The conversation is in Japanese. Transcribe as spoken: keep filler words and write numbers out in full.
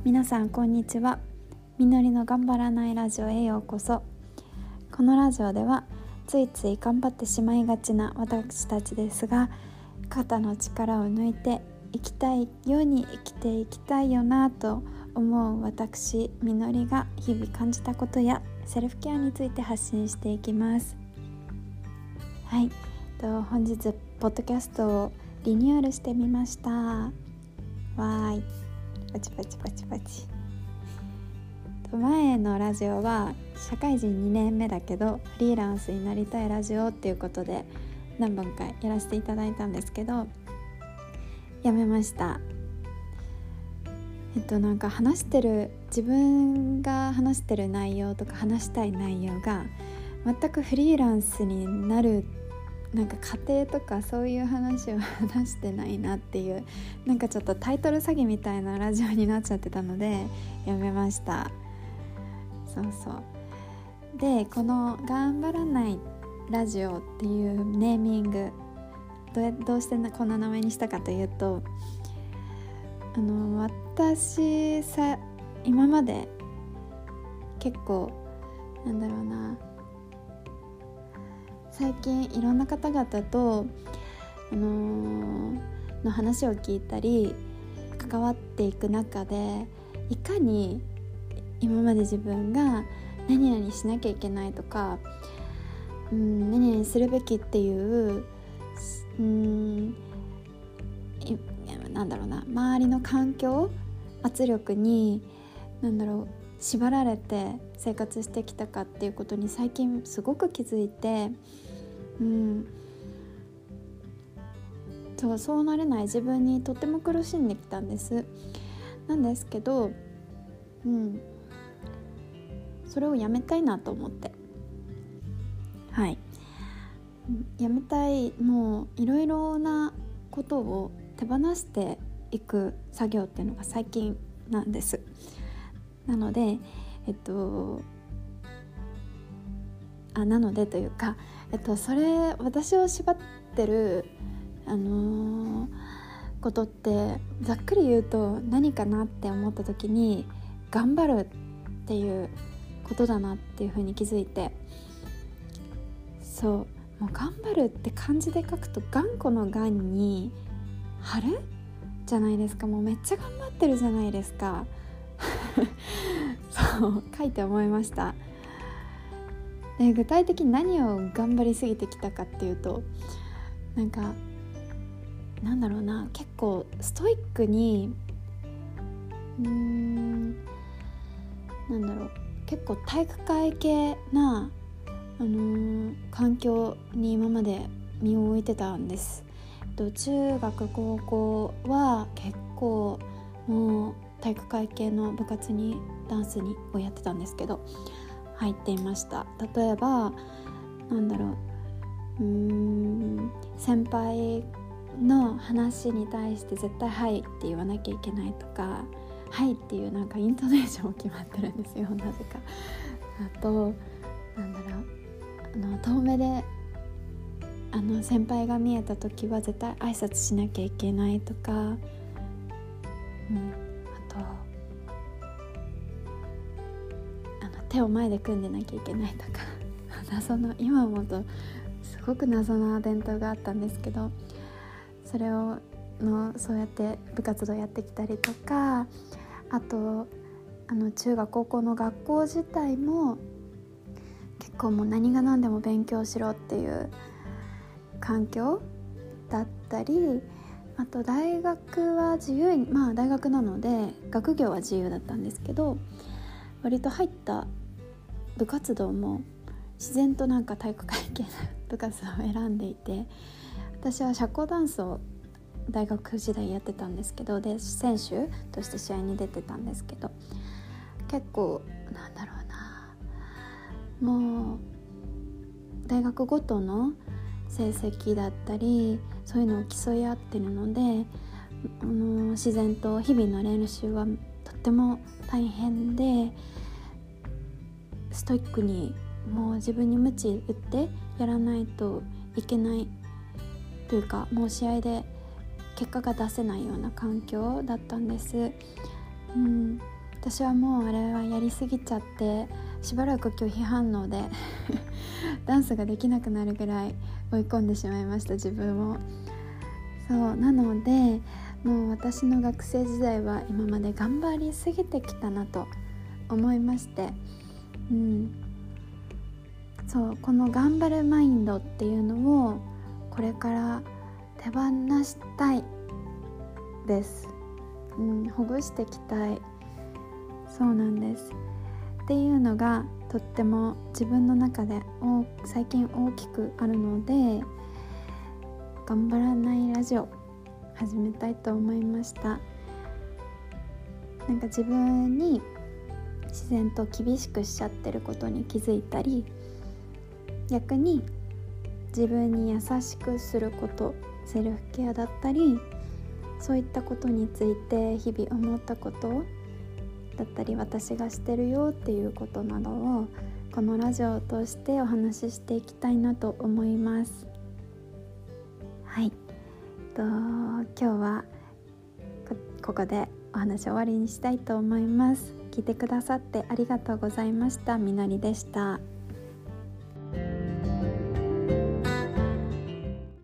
皆さんこんにちは。みのりの頑張らないラジオへようこそ。このラジオではついつい頑張ってしまいがちな私たちですが、肩の力を抜いて生きたいように生きていきたいよなと思う私みのりが日々感じたことやセルフケアについて発信していきます。はい、と本日ポッドキャストをリニューアルしてみました。わーい、パチパチパチパチ。前のラジオは社会人にねんめだけどフリーランスになりたいラジオっていうことで何本かやらせていただいたんですけど、やめました。えっとなんか話してる自分が話してる内容とか話したい内容が全くフリーランスになるなんか過程とかそういう話を話してないなっていう、なんかちょっとタイトル詐欺みたいなラジオになっちゃってたのでやめました。そうそうで、この頑張らないラジオっていうネーミング ど, どうしてこんな名前にしたかというと、あの私さ今まで結構なんだろうな最近いろんな方々と、あのー、の話を聞いたり関わっていく中で、いかに今まで自分が何々しなきゃいけないとか、うん、何々するべきっていう、うん、なんだろうな周りの環境圧力になんだろう縛られて生活してきたかっていうことに最近すごく気づいて、うん、そうそうなれない自分にとっても苦しんできたんですなんですけど、うん、それをやめたいなと思って、はいやめたい。もういろいろなことを手放していく作業っていうのが最近なんです。なのでえっとあなのでというか、えっと、それ私を縛ってる、あのー、ことってざっくり言うと何かなって思った時に頑張るっていうことだなっていうふうに気づいて、そうもう頑張るって漢字で書くと頑固の頑に春じゃないですか。もうめっちゃ頑張ってるじゃないですかそう書いて思いました。で具体的に何を頑張りすぎてきたかっていうと、なんかなんだろうな結構ストイックにうーんなんだろう結構体育会系な、あのー、環境に今まで身を置いてたんです。と中学高校は結構もう体育会系の部活にダンスにをやってたんですけど入っていました。例えばなんだろう、うーん先輩の話に対して絶対はいって言わなきゃいけないとか、はいっていうなんかイントネーションも決まってるんですよ、なぜか。あとなんだろうあの遠目であの先輩が見えた時は絶対挨拶しなきゃいけないとか、うん、あとあの手を前で組んでなきゃいけないとか謎の今思うとすごく謎な伝統があったんですけど、それをのそうやって部活動やってきたりとか、あとあの中学高校の学校自体も結構もう何が何でも勉強しろっていう環境だったり、あと大学は自由にまあ大学なので学業は自由だったんですけど、割と入った部活動も自然となんか体育会系の部活動を選んでいて、私は社交ダンスを大学時代やってたんですけど、で選手として試合に出てたんですけど、結構なんだろうなもう大学ごとの成績だったりそういうのを競い合ってるので、あの自然と日々の練習はとっても大変で、ストイックにもう自分に鞭打ってやらないといけないというか、もう試合で結果が出せないような環境だったんです。うん、 私はもうあれはやりすぎちゃってしばらく拒否反応でダンスができなくなるぐらい追い込んでしまいました、自分を。そうなので、もう私の学生時代は今まで頑張りすぎてきたなと思いまして、うん、そうこの頑張るマインドっていうのをこれから手放したいです、うん、ほぐしていきたい。そうなんですっていうのがとっても自分の中で最近大きくあるので、頑張らないラジオ始めたいと思いました。なんか自分に自然と厳しくしちゃってることに気づいたり、逆に自分に優しくすること、セルフケアだったり、そういったことについて日々思ったことだったり、私がしてるよっていうことなどをこのラジオを通してお話ししていきたいなと思います。はい、と今日は こ, ここでお話終わりにしたいと思います。聞いてくださってありがとうございました。みのりでした。